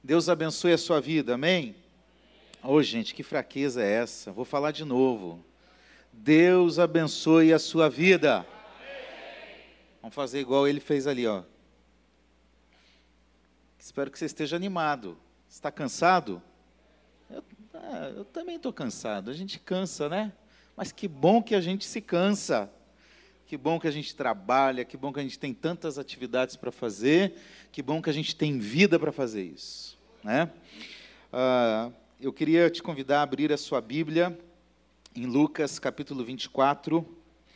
Deus abençoe a sua vida, amém? Ô, gente, que fraqueza é essa? Vou falar de novo. Deus abençoe a sua vida. Vamos fazer igual ele fez ali, ó. Espero que você esteja animado. Está cansado? Eu também estou cansado. A gente cansa, né? Mas que bom que a gente se cansa. Que bom que a gente trabalha, que bom que a gente tem tantas atividades para fazer, que bom que a gente tem vida para fazer isso, né? Eu queria te convidar a abrir a sua Bíblia em Lucas, capítulo 24.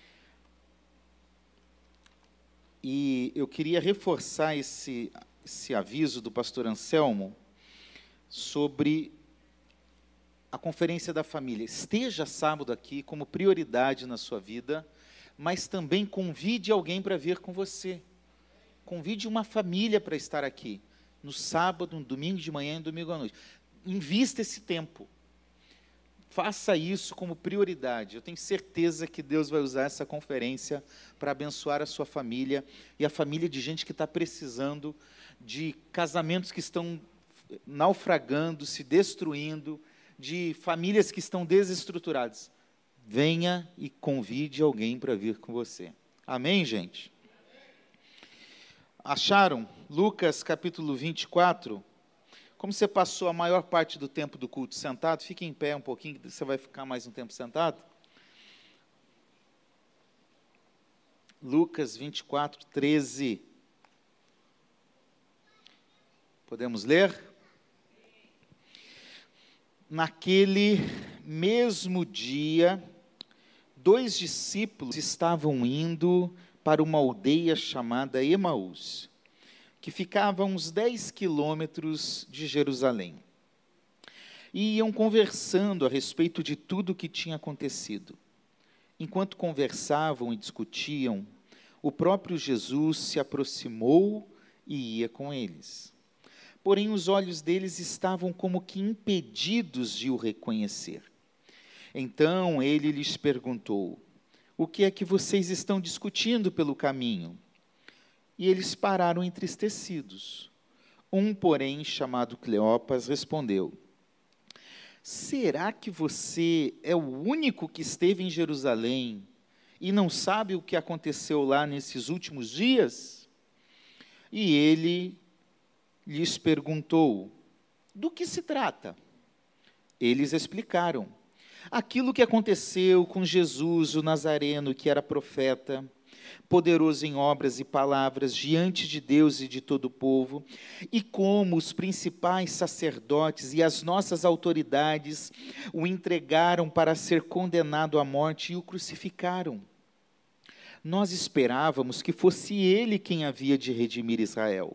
E eu queria reforçar esse aviso do pastor Anselmo sobre a conferência da família. Esteja sábado aqui como prioridade na sua vida, mas também convide alguém para vir com você. Convide uma família para estar aqui, no sábado, no domingo de manhã e no domingo à noite. Invista esse tempo. Faça isso como prioridade. Eu tenho certeza que Deus vai usar essa conferência para abençoar a sua família e a família de gente que está precisando, de casamentos que estão naufragando, se destruindo, de famílias que estão desestruturadas. Venha e convide alguém para vir com você. Amém, gente? Acharam? Lucas, capítulo 24. Como você passou a maior parte do tempo do culto sentado, fique em pé um pouquinho, você vai ficar mais um tempo sentado. Lucas 24, 13. Podemos ler? Naquele mesmo dia, 2 discípulos estavam indo para uma aldeia chamada Emaús, que ficava a uns 10 quilômetros de Jerusalém. E iam conversando a respeito de tudo o que tinha acontecido. Enquanto conversavam e discutiam, o próprio Jesus se aproximou e ia com eles. Porém, os olhos deles estavam como que impedidos de o reconhecer. Então, ele lhes perguntou: o que é que vocês estão discutindo pelo caminho? E eles pararam entristecidos. Um, porém, chamado Cleopas, respondeu: será que você é o único que esteve em Jerusalém e não sabe o que aconteceu lá nesses últimos dias? E ele lhes perguntou: do que se trata? Eles explicaram: aquilo que aconteceu com Jesus, o Nazareno, que era profeta, poderoso em obras e palavras diante de Deus e de todo o povo, e como os principais sacerdotes e as nossas autoridades o entregaram para ser condenado à morte e o crucificaram. Nós esperávamos que fosse ele quem havia de redimir Israel.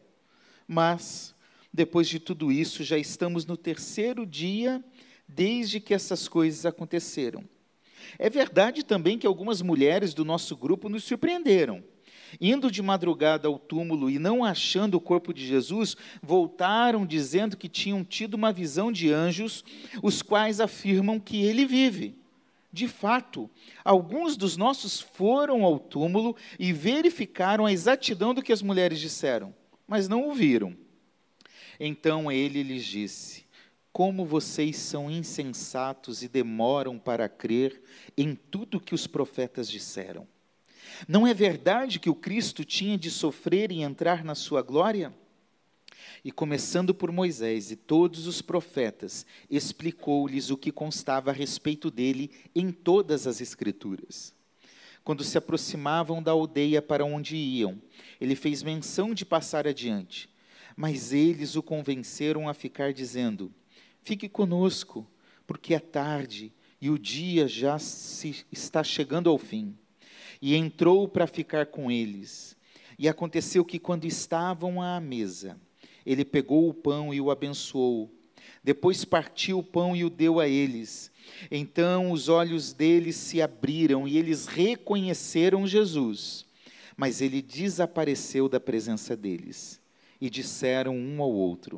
Mas, depois de tudo isso, já estamos no 3º dia desde que essas coisas aconteceram. É verdade também que algumas mulheres do nosso grupo nos surpreenderam. Indo de madrugada ao túmulo e não achando o corpo de Jesus, voltaram dizendo que tinham tido uma visão de anjos, os quais afirmam que ele vive. De fato, alguns dos nossos foram ao túmulo e verificaram a exatidão do que as mulheres disseram, mas não o viram. Então ele lhes disse: como vocês são insensatos e demoram para crer em tudo que os profetas disseram. Não é verdade que o Cristo tinha de sofrer e entrar na sua glória? E começando por Moisés e todos os profetas, explicou-lhes o que constava a respeito dele em todas as Escrituras. Quando se aproximavam da aldeia para onde iam, ele fez menção de passar adiante, mas eles o convenceram a ficar, dizendo: fique conosco, porque é tarde e o dia já está chegando ao fim. E entrou para ficar com eles. E aconteceu que, quando estavam à mesa, ele pegou o pão e o abençoou. Depois partiu o pão e o deu a eles. Então os olhos deles se abriram e eles reconheceram Jesus. Mas ele desapareceu da presença deles. E disseram um ao outro: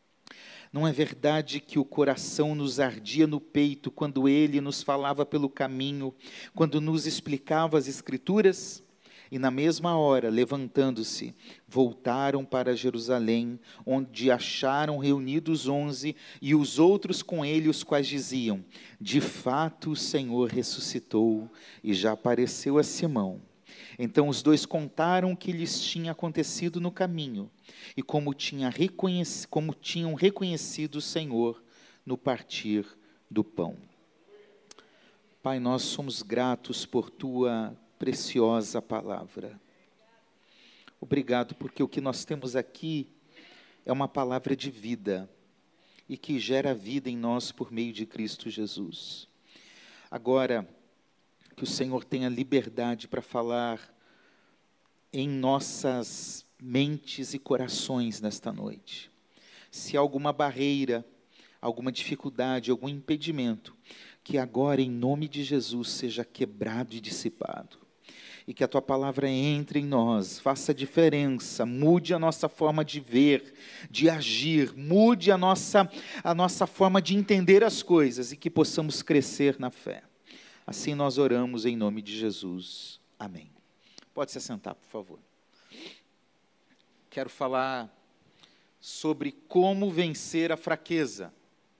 não é verdade que o coração nos ardia no peito quando ele nos falava pelo caminho, quando nos explicava as Escrituras? E na mesma hora, levantando-se, voltaram para Jerusalém, onde acharam reunidos 11 e os outros com ele, os quais diziam: de fato o Senhor ressuscitou e já apareceu a Simão. Então os dois contaram o que lhes tinha acontecido no caminho e como tinham reconhecido o Senhor no partir do pão. Pai, nós somos gratos por Tua preciosa palavra. Obrigado porque o que nós temos aqui é uma palavra de vida e que gera vida em nós por meio de Cristo Jesus. Agora, que o Senhor tenha liberdade para falar em nossas mentes e corações nesta noite. Se há alguma barreira, alguma dificuldade, algum impedimento, que agora, em nome de Jesus, seja quebrado e dissipado. E que a Tua palavra entre em nós, faça diferença, mude a nossa forma de ver, de agir, mude a nossa forma de entender as coisas e que possamos crescer na fé. Assim nós oramos em nome de Jesus. Amém. Pode se assentar, por favor. Quero falar sobre como vencer a fraqueza.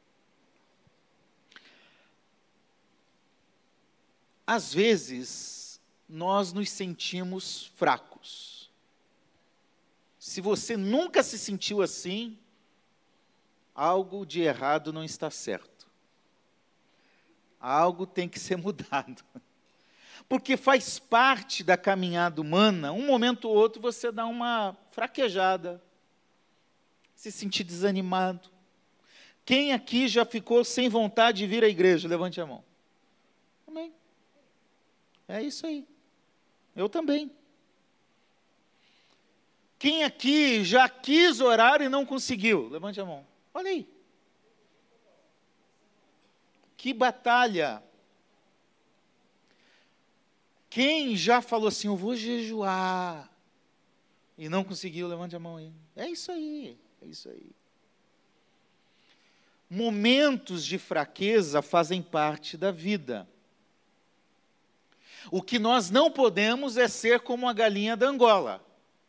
Às vezes, nós nos sentimos fracos. Se você nunca se sentiu assim, algo de errado não está certo. Algo tem que ser mudado. Porque faz parte da caminhada humana, um momento ou outro você dá uma fraquejada, se sentir desanimado. Quem aqui já ficou sem vontade de vir à igreja? Levante a mão. Amém. É isso aí. Eu também. Quem aqui já quis orar e não conseguiu? Levante a mão. Olha aí. Que batalha. Quem já falou assim, eu vou jejuar, e não conseguiu? Levante a mão aí. É isso aí, é isso aí. Momentos de fraqueza fazem parte da vida. O que nós não podemos é ser como a galinha da Angola.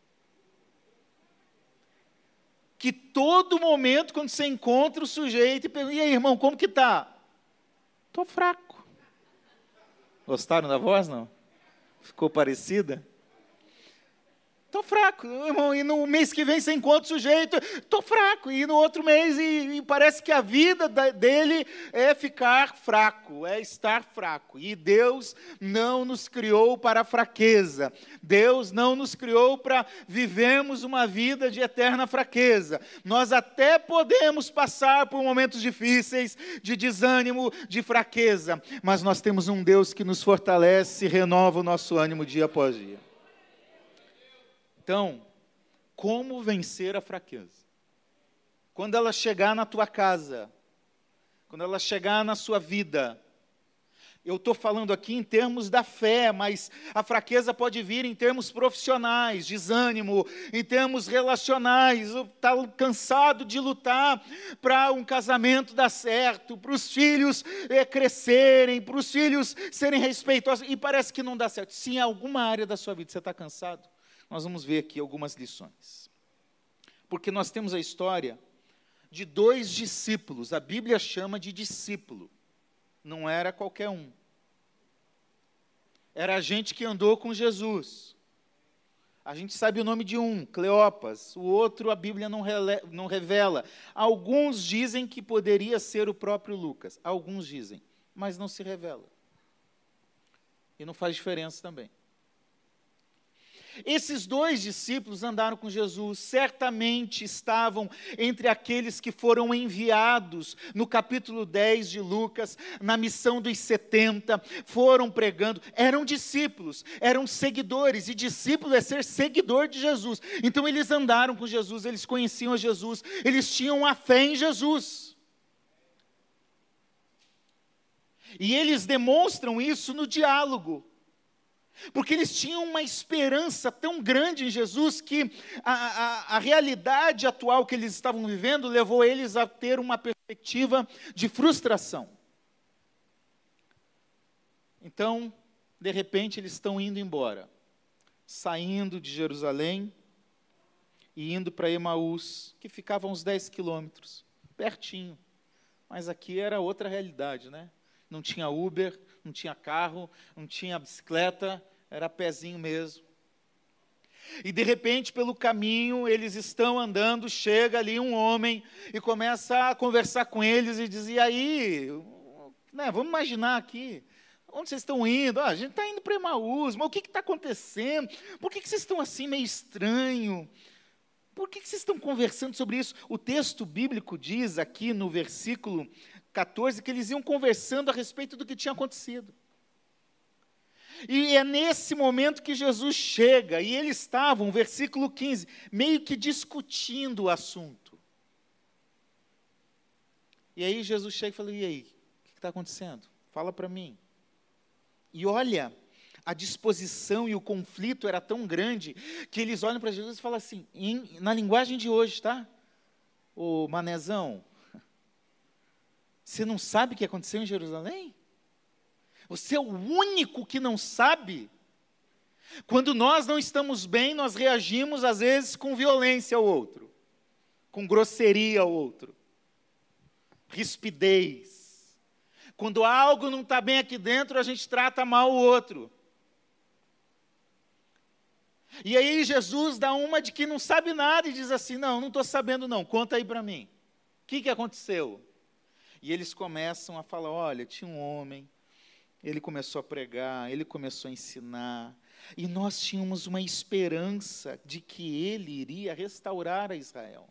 Que todo momento, quando você encontra o sujeito, e pergunta, e aí, irmão, como que está? Estou fraco. Gostaram da voz, não? Ficou parecida? Estou fraco, irmão, e no mês que vem você encontra o sujeito, estou fraco, e no outro mês, e parece que a vida dele é ficar fraco, é estar fraco, e Deus não nos criou para a fraqueza, Deus não nos criou para vivermos uma vida de eterna fraqueza, nós até podemos passar por momentos difíceis, de desânimo, de fraqueza, mas nós temos um Deus que nos fortalece e renova o nosso ânimo dia após dia. Então, como vencer a fraqueza? Quando ela chegar na tua casa, quando ela chegar na sua vida, eu estou falando aqui em termos da fé, mas a fraqueza pode vir em termos profissionais, desânimo, em termos relacionais, está cansado de lutar para um casamento dar certo, para os filhos crescerem, para os filhos serem respeitosos, e parece que não dá certo. Se em alguma área da sua vida você está cansado, nós vamos ver aqui algumas lições. Porque nós temos a história de 2 discípulos, a Bíblia chama de discípulo, não era qualquer um. Era a gente que andou com Jesus. A gente sabe o nome de um, Cleopas, o outro a Bíblia não revela. Alguns dizem que poderia ser o próprio Lucas, alguns dizem, mas não se revela. E não faz diferença também. Esses 2 discípulos andaram com Jesus, certamente estavam entre aqueles que foram enviados no capítulo 10 de Lucas, na missão dos 70, foram pregando, eram discípulos, eram seguidores, e discípulo é ser seguidor de Jesus. Então eles andaram com Jesus, eles conheciam a Jesus, eles tinham a fé em Jesus. E eles demonstram isso no diálogo. Porque eles tinham uma esperança tão grande em Jesus que a realidade atual que eles estavam vivendo levou eles a ter uma perspectiva de frustração. Então, de repente, eles estão indo embora. saindo de Jerusalém e indo para Emaús, que ficava a uns 10 quilômetros, pertinho. Mas aqui era outra realidade, né? Não tinha Uber, não tinha carro, não tinha bicicleta, era pezinho mesmo. E de repente, pelo caminho, eles estão andando, chega ali um homem e começa a conversar com eles e diz: e aí, né, vamos imaginar aqui, onde vocês estão indo? A gente está indo para Emaús, mas o que está acontecendo? Por que vocês estão assim meio estranho? Por que vocês estão conversando sobre isso? O texto bíblico diz aqui no versículo 14 que eles iam conversando a respeito do que tinha acontecido. E é nesse momento que Jesus chega, e eles estavam, versículo 15, meio que discutindo o assunto. E aí Jesus chega e fala: e aí, o que está acontecendo? Fala para mim. E olha, a disposição e o conflito era tão grande, que eles olham para Jesus e falam assim, na linguagem de hoje, tá? Ô manezão, você não sabe o que aconteceu em Jerusalém? Você é o único que não sabe? Quando nós não estamos bem, nós reagimos às vezes com violência ao outro, com grosseria ao outro, rispidez. Quando algo não está bem aqui dentro, a gente trata mal o outro. E aí Jesus dá uma de que não sabe nada e diz assim: não estou sabendo não, conta aí para mim. O que aconteceu? E eles começam a falar: olha, tinha um homem, ele começou a pregar, ele começou a ensinar, e nós tínhamos uma esperança de que ele iria restaurar a Israel.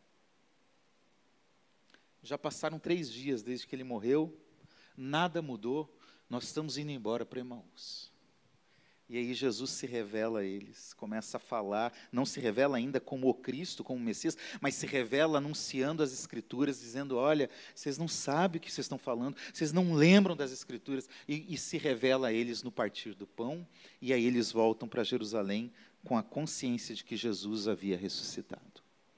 Já passaram 3 dias desde que ele morreu, nada mudou, nós estamos indo embora para Emaús. E aí Jesus se revela a eles, começa a falar, não se revela ainda como o Cristo, como o Messias, mas se revela anunciando as Escrituras, dizendo: olha, vocês não sabem o que vocês estão falando, vocês não lembram das Escrituras, e se revela a eles no partir do pão, e aí eles voltam para Jerusalém com a consciência de que Jesus havia ressuscitado.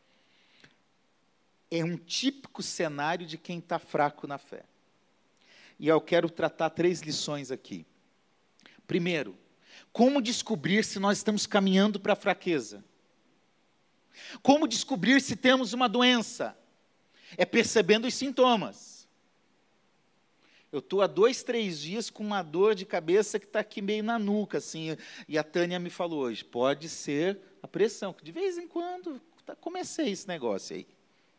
É um típico cenário de quem está fraco na fé. E eu quero tratar 3 lições aqui. Primeiro, como descobrir se nós estamos caminhando para a fraqueza? Como descobrir se temos uma doença? É percebendo os sintomas. Eu estou há 2, 3 dias com uma dor de cabeça que está aqui meio na nuca, assim, e a Tânia me falou hoje, pode ser a pressão, que de vez em quando comecei esse negócio aí.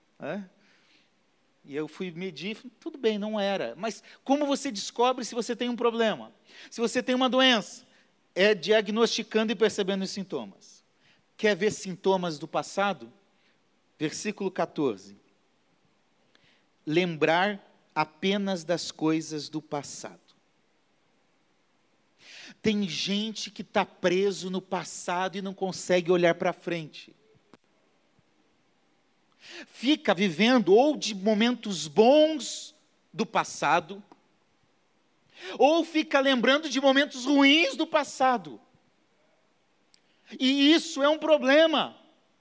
E eu fui medir, tudo bem, não era. Mas como você descobre se você tem um problema? Se você tem uma doença? É diagnosticando e percebendo os sintomas. Quer ver sintomas do passado? Versículo 14. Lembrar apenas das coisas do passado. Tem gente que está preso no passado e não consegue olhar para frente. Fica vivendo ou de momentos bons do passado, ou fica lembrando de momentos ruins do passado. E isso é um problema.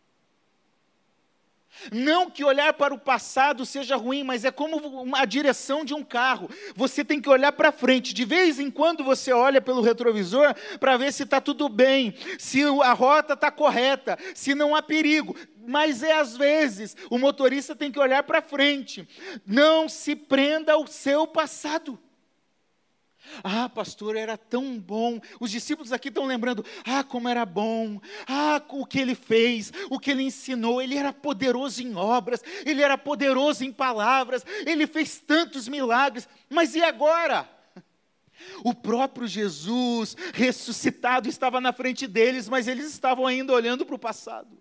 Não que olhar para o passado seja ruim, mas é como a direção de um carro. Você tem que olhar para frente. De vez em quando você olha pelo retrovisor para ver se está tudo bem, se a rota está correta, se não há perigo. Mas às vezes o motorista tem que olhar para frente. Não se prenda ao seu passado. Ah, pastor, era tão bom. Os discípulos aqui estão lembrando, como era bom, o que ele fez, o que ele ensinou. Ele era poderoso em obras, ele era poderoso em palavras, ele fez tantos milagres. Mas e agora? O próprio Jesus ressuscitado estava na frente deles, mas eles estavam ainda olhando para o passado.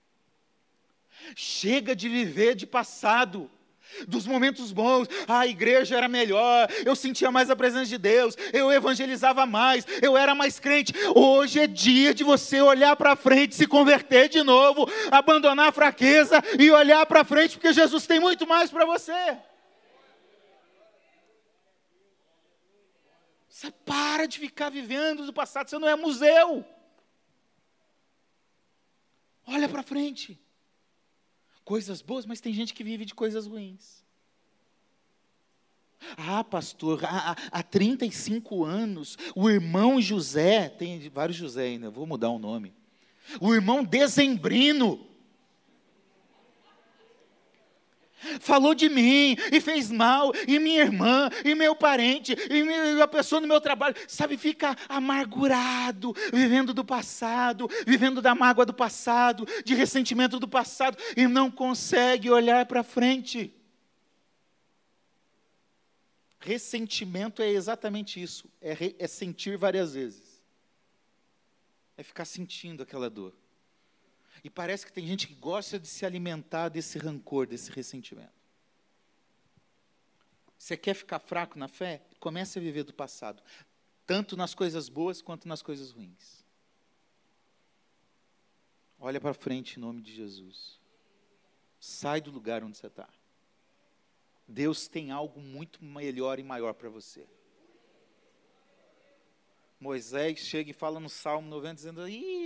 Chega de viver de passado. Dos momentos bons, a igreja era melhor, eu sentia mais a presença de Deus, eu evangelizava mais, eu era mais crente. Hoje é dia de você olhar para frente, se converter de novo, abandonar a fraqueza e olhar para frente, porque Jesus tem muito mais para você. Você para de ficar vivendo do passado, você não é museu. Olha para frente. Coisas boas, mas tem gente que vive de coisas ruins. Pastor, há 35 anos, o irmão José, tem vários José ainda, vou mudar o nome. O irmão Dezembrino falou de mim, e fez mal, e minha irmã, e meu parente, e a pessoa no meu trabalho, sabe, fica amargurado, vivendo do passado, vivendo da mágoa do passado, de ressentimento do passado, e não consegue olhar para frente. Ressentimento é exatamente isso, é sentir várias vezes, é ficar sentindo aquela dor. E parece que tem gente que gosta de se alimentar desse rancor, desse ressentimento. Você quer ficar fraco na fé? Comece a viver do passado, tanto nas coisas boas quanto nas coisas ruins. Olha para frente em nome de Jesus. Sai do lugar onde você está. Deus tem algo muito melhor e maior para você. Moisés chega e fala no Salmo 90, dizendo,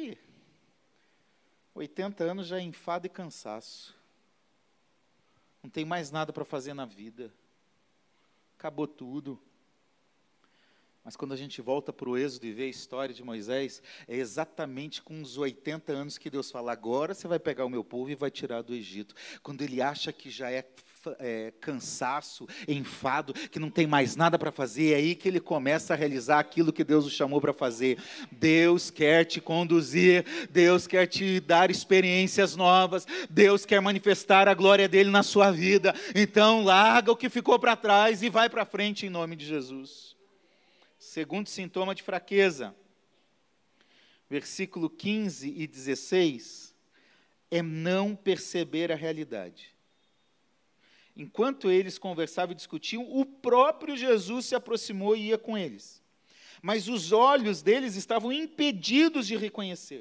80 anos já é enfado e cansaço. Não tem mais nada para fazer na vida. Acabou tudo. Mas quando a gente volta para o Êxodo e vê a história de Moisés, é exatamente com os 80 anos que Deus fala, agora você vai pegar o meu povo e vai tirar do Egito. Quando ele acha que já é cansaço, enfado, que não tem mais nada para fazer, é aí que ele começa a realizar aquilo que Deus o chamou para fazer. Deus quer te conduzir, Deus quer te dar experiências novas, Deus quer manifestar a glória dele na sua vida. Então larga o que ficou para trás e vai para frente em nome de Jesus. Segundo sintoma de fraqueza, versículo 15 e 16, é não perceber a realidade. Enquanto eles conversavam e discutiam, o próprio Jesus se aproximou e ia com eles. Mas os olhos deles estavam impedidos de reconhecer.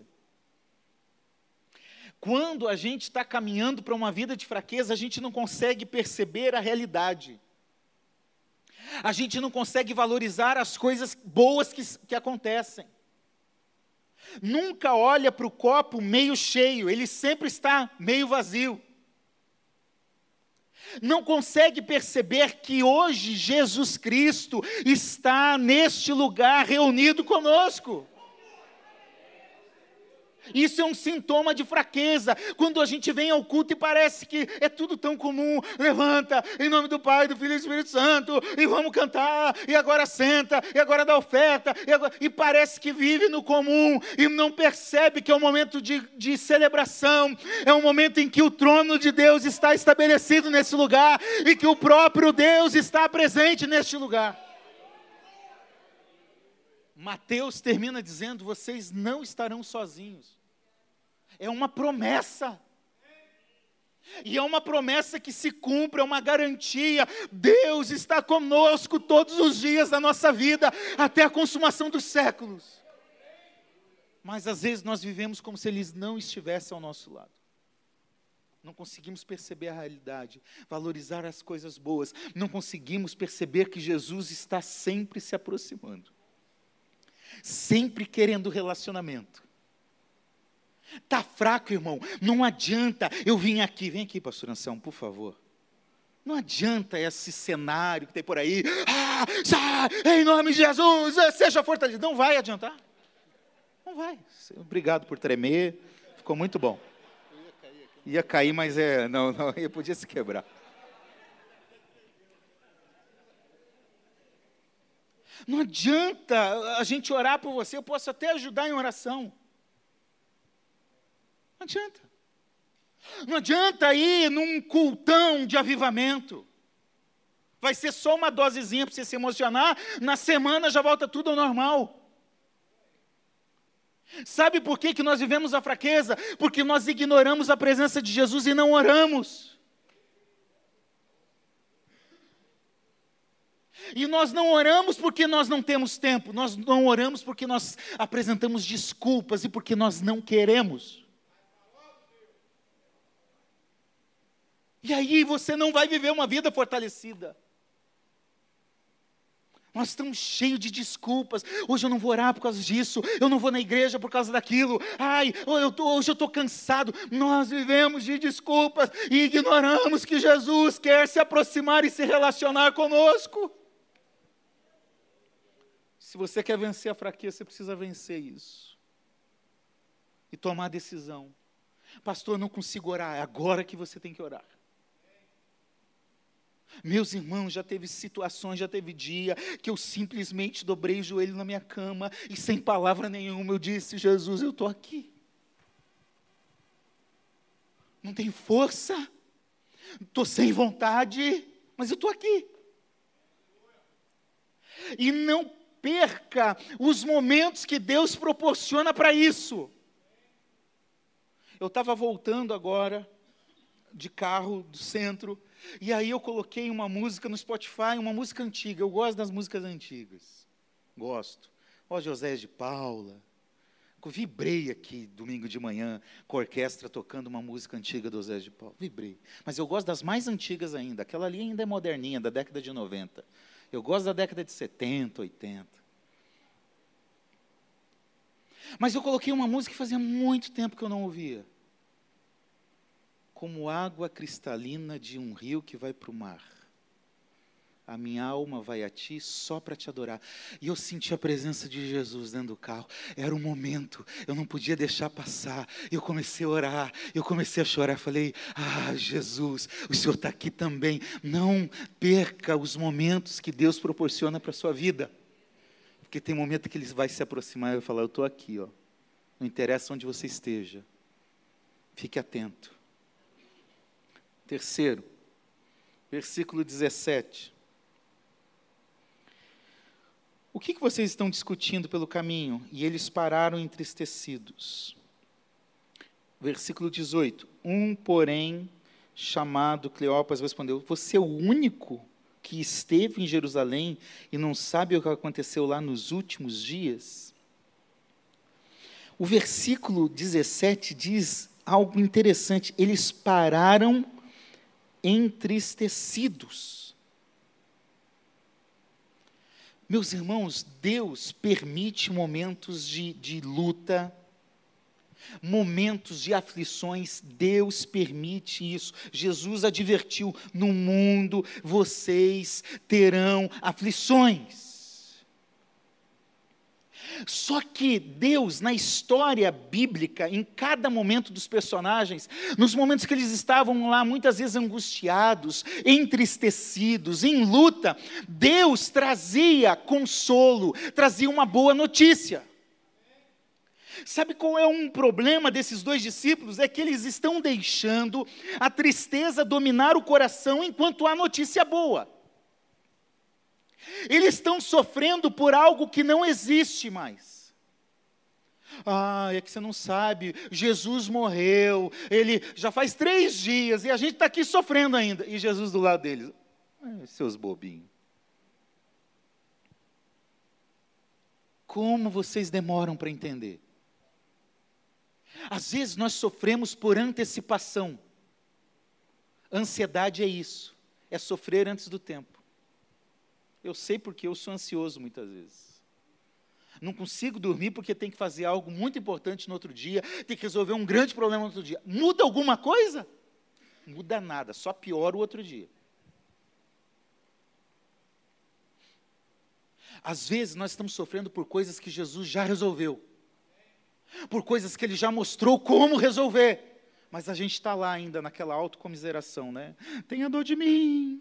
Quando a gente está caminhando para uma vida de fraqueza, a gente não consegue perceber a realidade. A gente não consegue valorizar as coisas boas que acontecem. Nunca olha para o copo meio cheio, ele sempre está meio vazio. Não consegue perceber que hoje Jesus Cristo está neste lugar reunido conosco. Isso é um sintoma de fraqueza, quando a gente vem ao culto e parece que é tudo tão comum, levanta, em nome do Pai, do Filho e do Espírito Santo, e vamos cantar, e agora senta, e agora dá oferta, e parece que vive no comum, e não percebe que é um momento de celebração, é um momento em que o trono de Deus está estabelecido nesse lugar, e que o próprio Deus está presente neste lugar. Mateus termina dizendo, vocês não estarão sozinhos. É uma promessa. E é uma promessa que se cumpre, é uma garantia. Deus está conosco todos os dias da nossa vida, até a consumação dos séculos. Mas às vezes nós vivemos como se Ele não estivesse ao nosso lado. Não conseguimos perceber a realidade, valorizar as coisas boas. Não conseguimos perceber que Jesus está sempre se aproximando. Sempre querendo relacionamento. Está fraco, irmão, não adianta eu vim aqui, vem aqui, pastor Anselmo, por favor. Não adianta esse cenário que tem por aí, sai, em nome de Jesus, seja fortalecido. Não vai adiantar. Não vai. Obrigado por tremer, ficou muito bom. Ia cair, mas não, podia se quebrar. Não adianta a gente orar por você, eu posso até ajudar em oração. Não adianta. Não adianta ir num cultão de avivamento. Vai ser só uma dosezinha para você se emocionar, na semana já volta tudo ao normal. Sabe por que nós vivemos a fraqueza? Porque nós ignoramos a presença de Jesus e não oramos. E nós não oramos porque nós não temos tempo, nós não oramos porque nós apresentamos desculpas e porque nós não queremos. E aí você não vai viver uma vida fortalecida. Nós estamos cheios de desculpas. Hoje eu não vou orar por causa disso, eu não vou na igreja por causa daquilo. Hoje eu estou cansado. Nós vivemos de desculpas e ignoramos que Jesus quer se aproximar e se relacionar conosco. Se você quer vencer a fraqueza, você precisa vencer isso. e tomar a decisão. Pastor, eu não consigo orar. É agora que você tem que orar. Meus irmãos, já teve situações, já teve dia que eu simplesmente dobrei o joelho na minha cama e sem palavra nenhuma eu disse: Jesus, eu estou aqui. Não tenho força, estou sem vontade, mas eu estou aqui. E não perca os momentos que Deus proporciona para isso. Eu estava voltando agora de carro do centro, e aí eu coloquei uma música no Spotify, uma música antiga. Eu gosto das músicas antigas. Gosto. Ó, José de Paula. Eu vibrei aqui domingo de manhã com a orquestra tocando uma música antiga do José de Paula. Vibrei. Mas eu gosto das mais antigas ainda. Aquela ali ainda é moderninha, da década de 90. Eu gosto da década de 70, 80. Mas eu coloquei uma música que fazia muito tempo que eu não ouvia. Como água cristalina de um rio que vai para o mar. A minha alma vai a ti só para te adorar. E eu senti a presença de Jesus dentro do carro. Era o momento, eu não podia deixar passar. Eu comecei a orar, eu comecei a chorar. Falei: Jesus, o Senhor está aqui também. Não perca os momentos que Deus proporciona para a sua vida. Porque tem momento que Ele vai se aproximar e vai falar: eu estou aqui, ó. Não interessa onde você esteja. Fique atento. Terceiro, versículo 17. O que vocês estão discutindo pelo caminho? E eles pararam entristecidos. Versículo 18. Porém, chamado Cleopas, respondeu: você é o único que esteve em Jerusalém e não sabe o que aconteceu lá nos últimos dias? O versículo 17 diz algo interessante. Eles pararam entristecidos. Meus irmãos, Deus permite momentos de luta, momentos de aflições. Deus permite isso. Jesus advertiu: no mundo vocês terão aflições. Só que Deus, na história bíblica, em cada momento dos personagens, nos momentos que eles estavam lá, muitas vezes angustiados, entristecidos, em luta, Deus trazia consolo, trazia uma boa notícia. Sabe qual é um problema desses dois discípulos? É que eles estão deixando a tristeza dominar o coração enquanto há notícia boa. Eles estão sofrendo por algo que não existe mais. É que você não sabe, Jesus morreu, ele já faz 3 dias, e a gente está aqui sofrendo ainda. E Jesus do lado deles: seus bobinhos. Como vocês demoram para entender? Às vezes nós sofremos por antecipação. Ansiedade é isso, é sofrer antes do tempo. Eu sei porque eu sou ansioso muitas vezes. Não consigo dormir porque tem que fazer algo muito importante no outro dia, tem que resolver um grande problema no outro dia. Muda alguma coisa? Muda nada, só piora o outro dia. Às vezes nós estamos sofrendo por coisas que Jesus já resolveu, por coisas que Ele já mostrou como resolver, mas a gente está lá ainda naquela autocomiseração, né? Tenha dor de mim.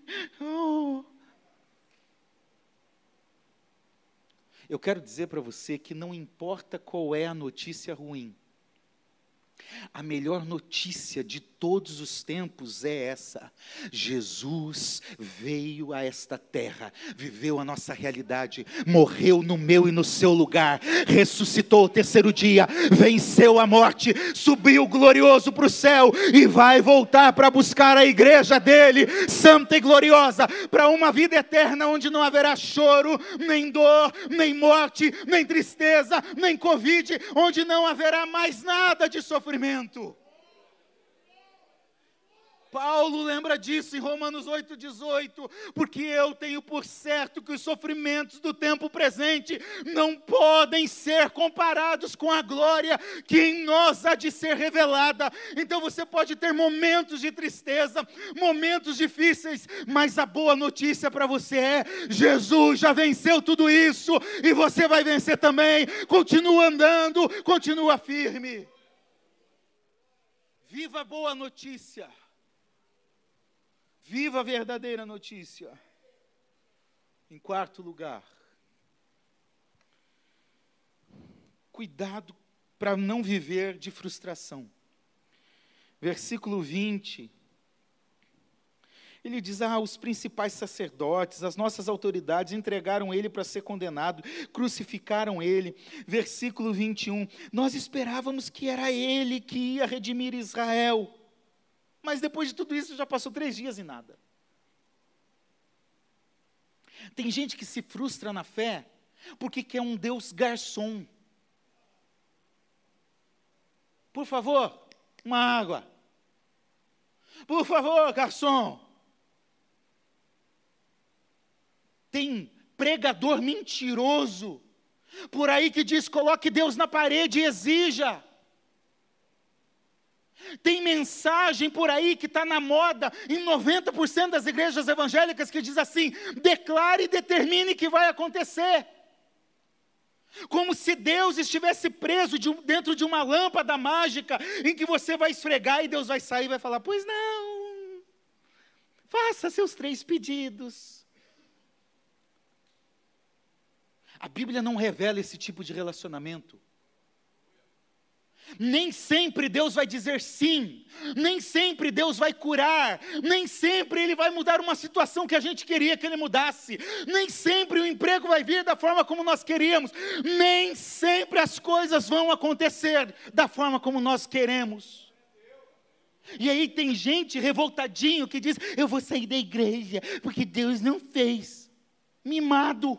Eu quero dizer para você que não importa qual é a notícia ruim, a melhor notícia de todos os tempos é essa: Jesus veio a esta terra, viveu a nossa realidade, morreu no meu e no seu lugar, ressuscitou ao 3º dia, venceu a morte, subiu glorioso para o céu e vai voltar para buscar a igreja dele, santa e gloriosa, para uma vida eterna onde não haverá choro, nem dor, nem morte, nem tristeza, nem Covid, onde não haverá mais nada de sofrimento. Paulo lembra disso em Romanos 8,18, porque eu tenho por certo que os sofrimentos do tempo presente não podem ser comparados com a glória que em nós há de ser revelada. Então você pode ter momentos de tristeza, momentos difíceis, mas a boa notícia para você é: Jesus já venceu tudo isso, e você vai vencer também. Continua andando, continua firme. Viva a boa notícia. Viva a verdadeira notícia. Em quarto lugar, cuidado para não viver de frustração. Versículo 20, ele diz, os principais sacerdotes, as nossas autoridades entregaram ele para ser condenado, crucificaram ele. Versículo 21, nós esperávamos que era ele que ia redimir Israel, mas depois de tudo isso já passou 3 dias e nada. Tem gente que se frustra na fé, porque quer um Deus garçom. Por favor, uma água. Por favor, garçom. Tem pregador mentiroso por aí que diz, coloque Deus na parede e exija. Tem mensagem por aí que está na moda, em 90% das igrejas evangélicas, que diz assim, declare e determine que vai acontecer. Como se Deus estivesse preso dentro de uma lâmpada mágica, em que você vai esfregar e Deus vai sair e vai falar, pois não, faça seus 3 pedidos. A Bíblia não revela esse tipo de relacionamento. Nem sempre Deus vai dizer sim, nem sempre Deus vai curar, nem sempre Ele vai mudar uma situação que a gente queria que Ele mudasse, nem sempre o emprego vai vir da forma como nós queríamos, nem sempre as coisas vão acontecer da forma como nós queremos. E aí tem gente revoltadinho que diz, eu vou sair da igreja, porque Deus não fez. Mimado.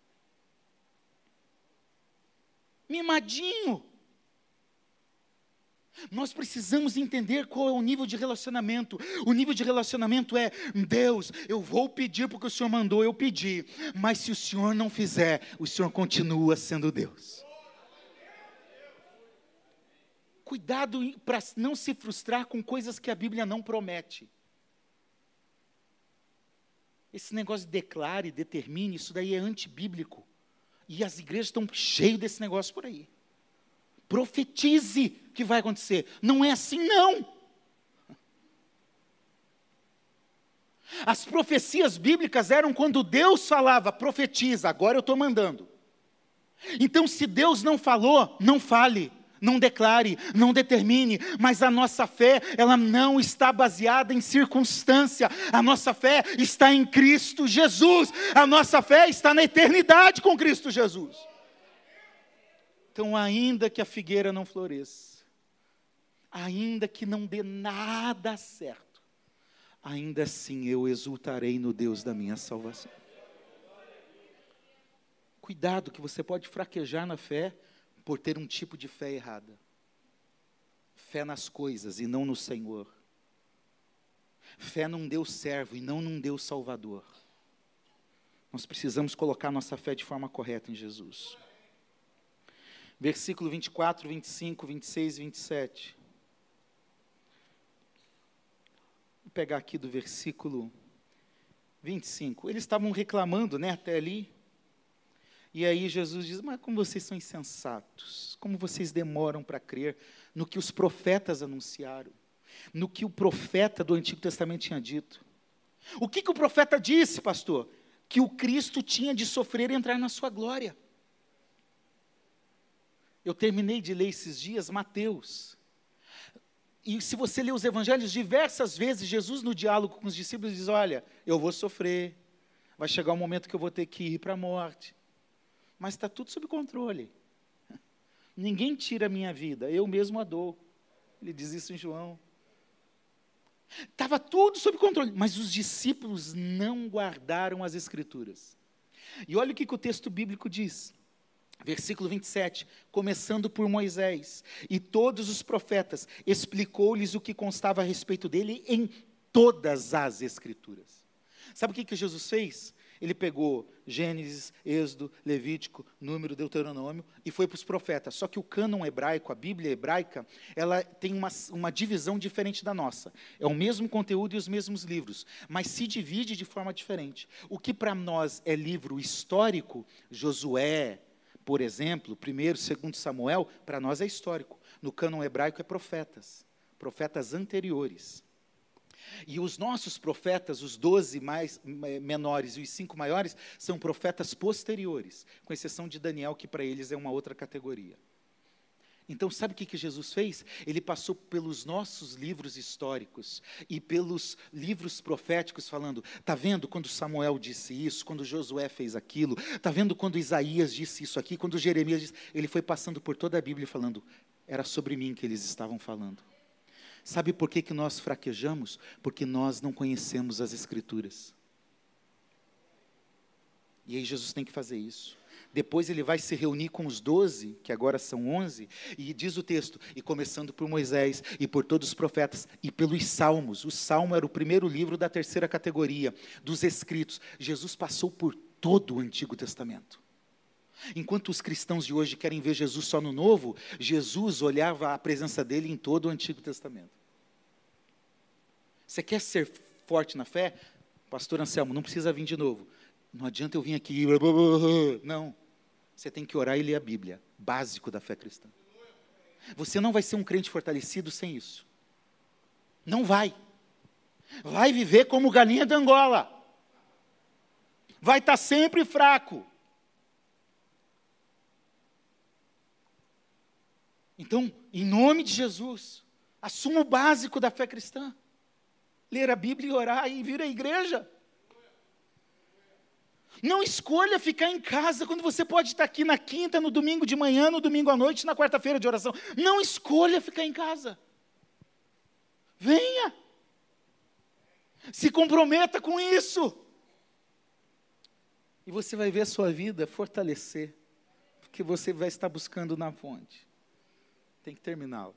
Mimadinho. Nós precisamos entender qual é o nível de relacionamento. O nível de relacionamento é, Deus, eu vou pedir porque o Senhor mandou eu pedir, mas se o Senhor não fizer, o Senhor continua sendo Deus. Cuidado para não se frustrar com coisas que a Bíblia não promete. Esse negócio de declare, determine, isso daí é antibíblico. E as igrejas estão cheias desse negócio por aí. Profetize que vai acontecer. Não é assim, não. As profecias bíblicas eram quando Deus falava, profetiza, agora eu estou mandando. Então, se Deus não falou, não fale, não declare, não determine, mas a nossa fé, ela não está baseada em circunstância, a nossa fé está em Cristo Jesus, a nossa fé está na eternidade com Cristo Jesus. Então, ainda que a figueira não floresça, ainda que não dê nada certo, ainda assim eu exultarei no Deus da minha salvação. Cuidado que você pode fraquejar na fé por ter um tipo de fé errada. Fé nas coisas e não no Senhor. Fé num Deus servo e não num Deus salvador. Nós precisamos colocar nossa fé de forma correta em Jesus. Versículo 24, 25, 26 e 27. Vou pegar aqui do versículo 25. Eles estavam reclamando, até ali. E aí Jesus diz, mas como vocês são insensatos, como vocês demoram para crer no que os profetas anunciaram, no que o profeta do Antigo Testamento tinha dito. O que o profeta disse, pastor? Que o Cristo tinha de sofrer e entrar na sua glória. Eu terminei de ler esses dias Mateus. E se você ler os evangelhos, diversas vezes, Jesus no diálogo com os discípulos diz, olha, eu vou sofrer, vai chegar um momento que eu vou ter que ir para a morte. Mas está tudo sob controle. Ninguém tira a minha vida, eu mesmo a dou. Ele diz isso em João. Estava tudo sob controle, mas os discípulos não guardaram as Escrituras. E olha o que o texto bíblico diz. Versículo 27, começando por Moisés, e todos os profetas, explicou-lhes o que constava a respeito dele em todas as Escrituras. Sabe o que Jesus fez? Ele pegou Gênesis, Êxodo, Levítico, Número, Deuteronômio e foi para os profetas. Só que o cânon hebraico, a Bíblia hebraica, ela tem uma divisão diferente da nossa. É o mesmo conteúdo e os mesmos livros, mas se divide de forma diferente. O que para nós é livro histórico, Josué, por exemplo, 1º, 2º Samuel, para nós é histórico. No cânon hebraico é profetas. profetas anteriores. E os nossos profetas, os 12 menores e os 5 maiores, são profetas posteriores, com exceção de Daniel, que para eles é uma outra categoria. Então, sabe o que Jesus fez? Ele passou pelos nossos livros históricos e pelos livros proféticos falando, está vendo quando Samuel disse isso, quando Josué fez aquilo, está vendo quando Isaías disse isso aqui, quando Jeremias disse, ele foi passando por toda a Bíblia falando, era sobre mim que eles estavam falando. Sabe por que nós fraquejamos? Porque nós não conhecemos as Escrituras. E aí Jesus tem que fazer isso. Depois ele vai se reunir com os 12, que agora são 11, e diz o texto, e começando por Moisés, e por todos os profetas, e pelos salmos. O salmo era o primeiro livro da terceira categoria, dos escritos. Jesus passou por todo o Antigo Testamento. Enquanto os cristãos de hoje querem ver Jesus só no Novo, Jesus olhava a presença dele em todo o Antigo Testamento. Você quer ser forte na fé? Pastor Anselmo, não precisa vir de novo. Não adianta eu vir aqui, não. Você tem que orar e ler a Bíblia, básico da fé cristã. Você não vai ser um crente fortalecido sem isso. Não vai. Vai viver como galinha de Angola. Vai estar sempre fraco. Então, em nome de Jesus, assuma o básico da fé cristã. Ler a Bíblia e orar e vir à igreja. Não escolha ficar em casa quando você pode estar aqui na quinta, no domingo de manhã, no domingo à noite, na quarta-feira de oração. Não escolha ficar em casa. Venha. Se comprometa com isso. E você vai ver a sua vida fortalecer, porque você vai estar buscando na fonte. Tem que terminá-lo.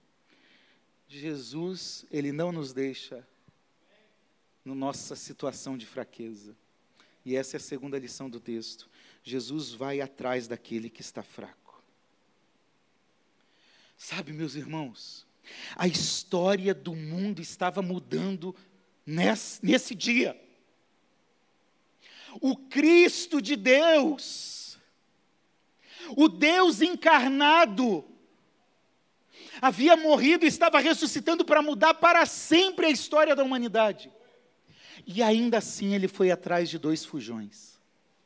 Jesus, Ele não nos deixa na nossa situação de fraqueza. E essa é a segunda lição do texto. Jesus vai atrás daquele que está fraco. Sabe, meus irmãos, a história do mundo estava mudando nesse dia. O Cristo de Deus, o Deus encarnado, havia morrido e estava ressuscitando para mudar para sempre a história da humanidade. E ainda assim ele foi atrás de 2 fujões.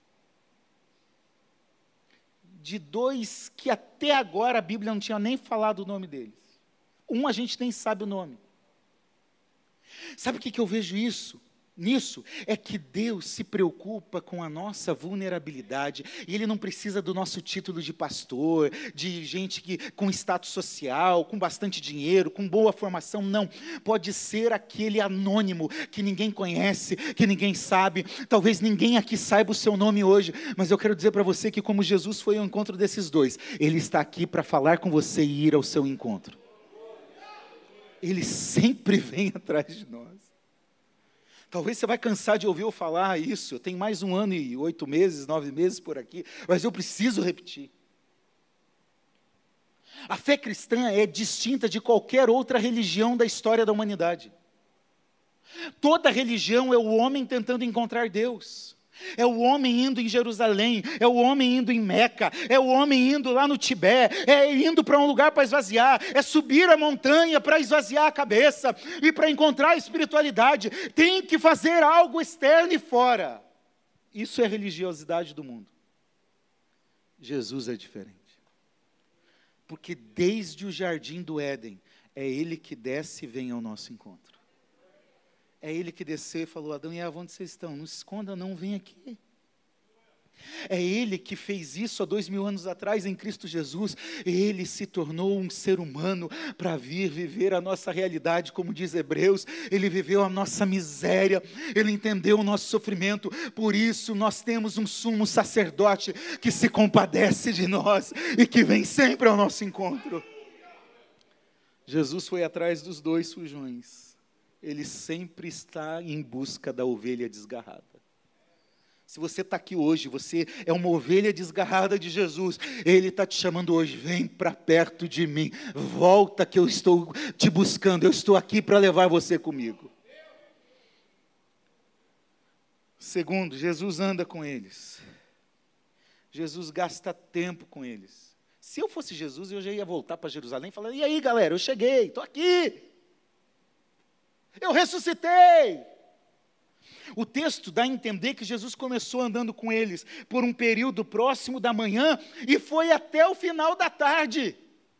De 2 que até agora a Bíblia não tinha nem falado o nome deles. Um a gente nem sabe o nome. Sabe o que eu vejo nisso? É que Deus se preocupa com a nossa vulnerabilidade, e Ele não precisa do nosso título de pastor, de gente com status social, com bastante dinheiro, com boa formação, não. Pode ser aquele anônimo, que ninguém conhece, que ninguém sabe, talvez ninguém aqui saiba o seu nome hoje, mas eu quero dizer para você que como Jesus foi ao encontro desses 2, Ele está aqui para falar com você e ir ao seu encontro. Ele sempre vem atrás de nós. Talvez você vai cansar de ouvir eu falar isso, eu tenho mais 1 ano e 8 meses, 9 meses por aqui, mas eu preciso repetir. A fé cristã é distinta de qualquer outra religião da história da humanidade. Toda religião é o homem tentando encontrar Deus. É o homem indo em Jerusalém, é o homem indo em Meca, é o homem indo lá no Tibete, é indo para um lugar para esvaziar, é subir a montanha para esvaziar a cabeça e para encontrar a espiritualidade. Tem que fazer algo externo e fora. Isso é a religiosidade do mundo. Jesus é diferente. Porque desde o jardim do Éden, é Ele que desce e vem ao nosso encontro. É Ele que desceu e falou, Adão e Eva, onde vocês estão? Não se esconda não, vem aqui. É Ele que fez isso há 2000 anos atrás em Cristo Jesus. Ele se tornou um ser humano para vir viver a nossa realidade, como diz Hebreus. Ele viveu a nossa miséria, Ele entendeu o nosso sofrimento. Por isso nós temos um sumo sacerdote que se compadece de nós e que vem sempre ao nosso encontro. Jesus foi atrás dos 2 fujões. Ele sempre está em busca da ovelha desgarrada. Se você está aqui hoje, você é uma ovelha desgarrada de Jesus, Ele está te chamando hoje, vem para perto de mim, volta que eu estou te buscando, eu estou aqui para levar você comigo. Segundo, Jesus anda com eles. Jesus gasta tempo com eles. Se eu fosse Jesus, eu já ia voltar para Jerusalém e falar, e aí galera, eu cheguei, estou aqui. Eu ressuscitei. O texto dá a entender que Jesus começou andando com eles por um período próximo da manhã e foi até o final da tarde.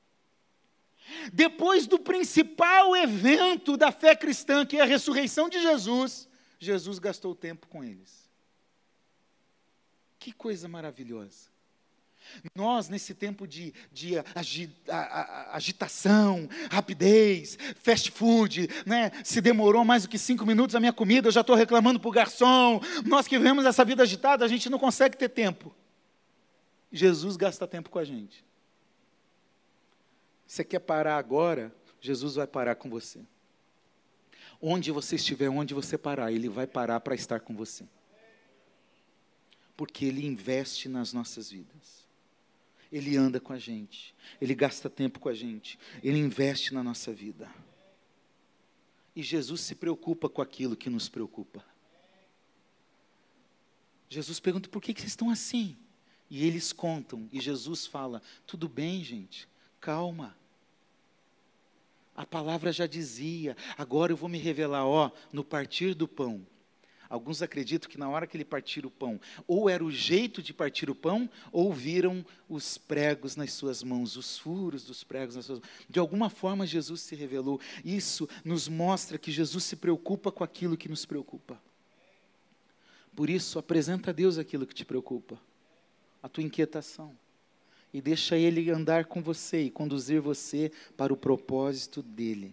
Depois do principal evento da fé cristã, que é a ressurreição de Jesus, Jesus gastou tempo com eles. Que coisa maravilhosa. Nós, nesse tempo de agitação, rapidez, fast food, né? Se demorou mais do que 5 minutos a minha comida, eu já estou reclamando para o garçom. Nós que vivemos essa vida agitada, a gente não consegue ter tempo. Jesus gasta tempo com a gente. Você quer parar agora? Jesus vai parar com você. Onde você estiver, onde você parar, Ele vai parar para estar com você. Porque Ele investe nas nossas vidas. Ele anda com a gente, Ele gasta tempo com a gente, Ele investe na nossa vida. E Jesus se preocupa com aquilo que nos preocupa. Jesus pergunta, por que vocês estão assim? E eles contam, e Jesus fala, tudo bem, gente, calma. A palavra já dizia, agora eu vou me revelar, no partir do pão. Alguns acreditam que na hora que ele partir o pão, ou era o jeito de partir o pão, ou viram os pregos nas suas mãos, os furos dos pregos nas suas mãos. De alguma forma Jesus se revelou. Isso nos mostra que Jesus se preocupa com aquilo que nos preocupa. Por isso, apresenta a Deus aquilo que te preocupa, a tua inquietação. E deixa Ele andar com você e conduzir você para o propósito dEle.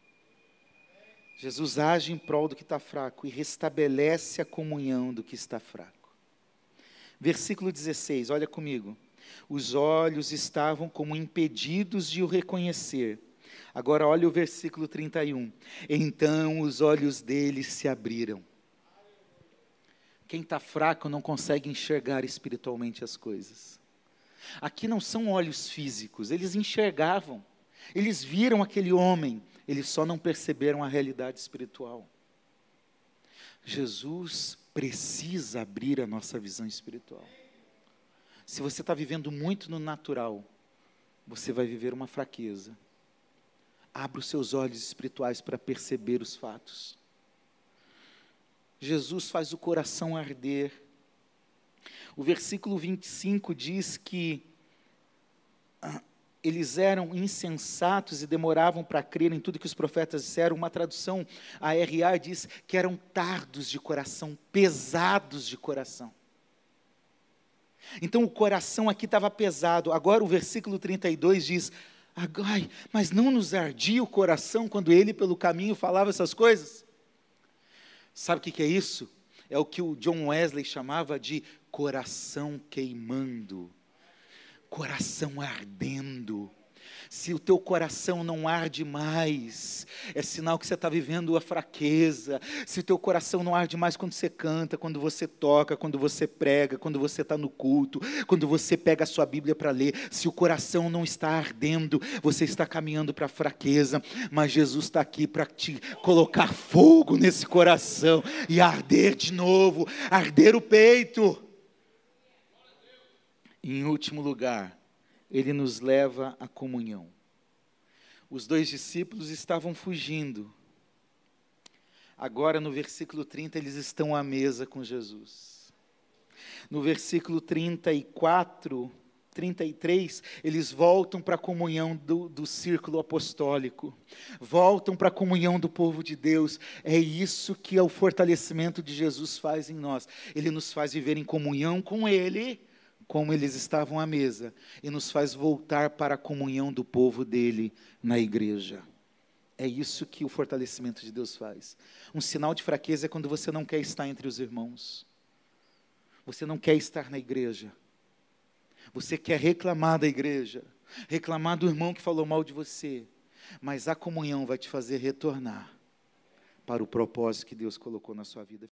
Jesus age em prol do que está fraco e restabelece a comunhão do que está fraco. Versículo 16, olha comigo. Os olhos estavam como impedidos de o reconhecer. Agora olha o versículo 31. Então os olhos deles se abriram. Quem está fraco não consegue enxergar espiritualmente as coisas. Aqui não são olhos físicos, eles enxergavam. Eles viram aquele homem, eles só não perceberam a realidade espiritual. Jesus precisa abrir a nossa visão espiritual. Se você está vivendo muito no natural, você vai viver uma fraqueza. Abra os seus olhos espirituais para perceber os fatos. Jesus faz o coração arder. O versículo 25 diz que eles eram insensatos e demoravam para crer em tudo que os profetas disseram. Uma tradução, a R.A. diz que eram tardos de coração, pesados de coração. Então o coração aqui estava pesado. Agora o versículo 32 diz, ai, mas não nos ardia o coração quando ele pelo caminho falava essas coisas? Sabe o que é isso? É o que o John Wesley chamava de coração queimando. Coração ardendo. Se o teu coração não arde mais, é sinal que você está vivendo a fraqueza. Se o teu coração não arde mais quando você canta, quando você toca, quando você prega, quando você está no culto, quando você pega a sua Bíblia para ler, se o coração não está ardendo, você está caminhando para a fraqueza, mas Jesus está aqui para te colocar fogo nesse coração e arder de novo, arder o peito. Em último lugar, Ele nos leva à comunhão. Os 2 discípulos estavam fugindo. Agora, no versículo 30, eles estão à mesa com Jesus. No versículo 34, 33, eles voltam para a comunhão do círculo apostólico. Voltam para a comunhão do povo de Deus. É isso que o fortalecimento de Jesus faz em nós. Ele nos faz viver em comunhão com Ele, como eles estavam à mesa, e nos faz voltar para a comunhão do povo dele na igreja. É isso que o fortalecimento de Deus faz. Um sinal de fraqueza é quando você não quer estar entre os irmãos. Você não quer estar na igreja. Você quer reclamar da igreja, reclamar do irmão que falou mal de você, mas a comunhão vai te fazer retornar para o propósito que Deus colocou na sua vida.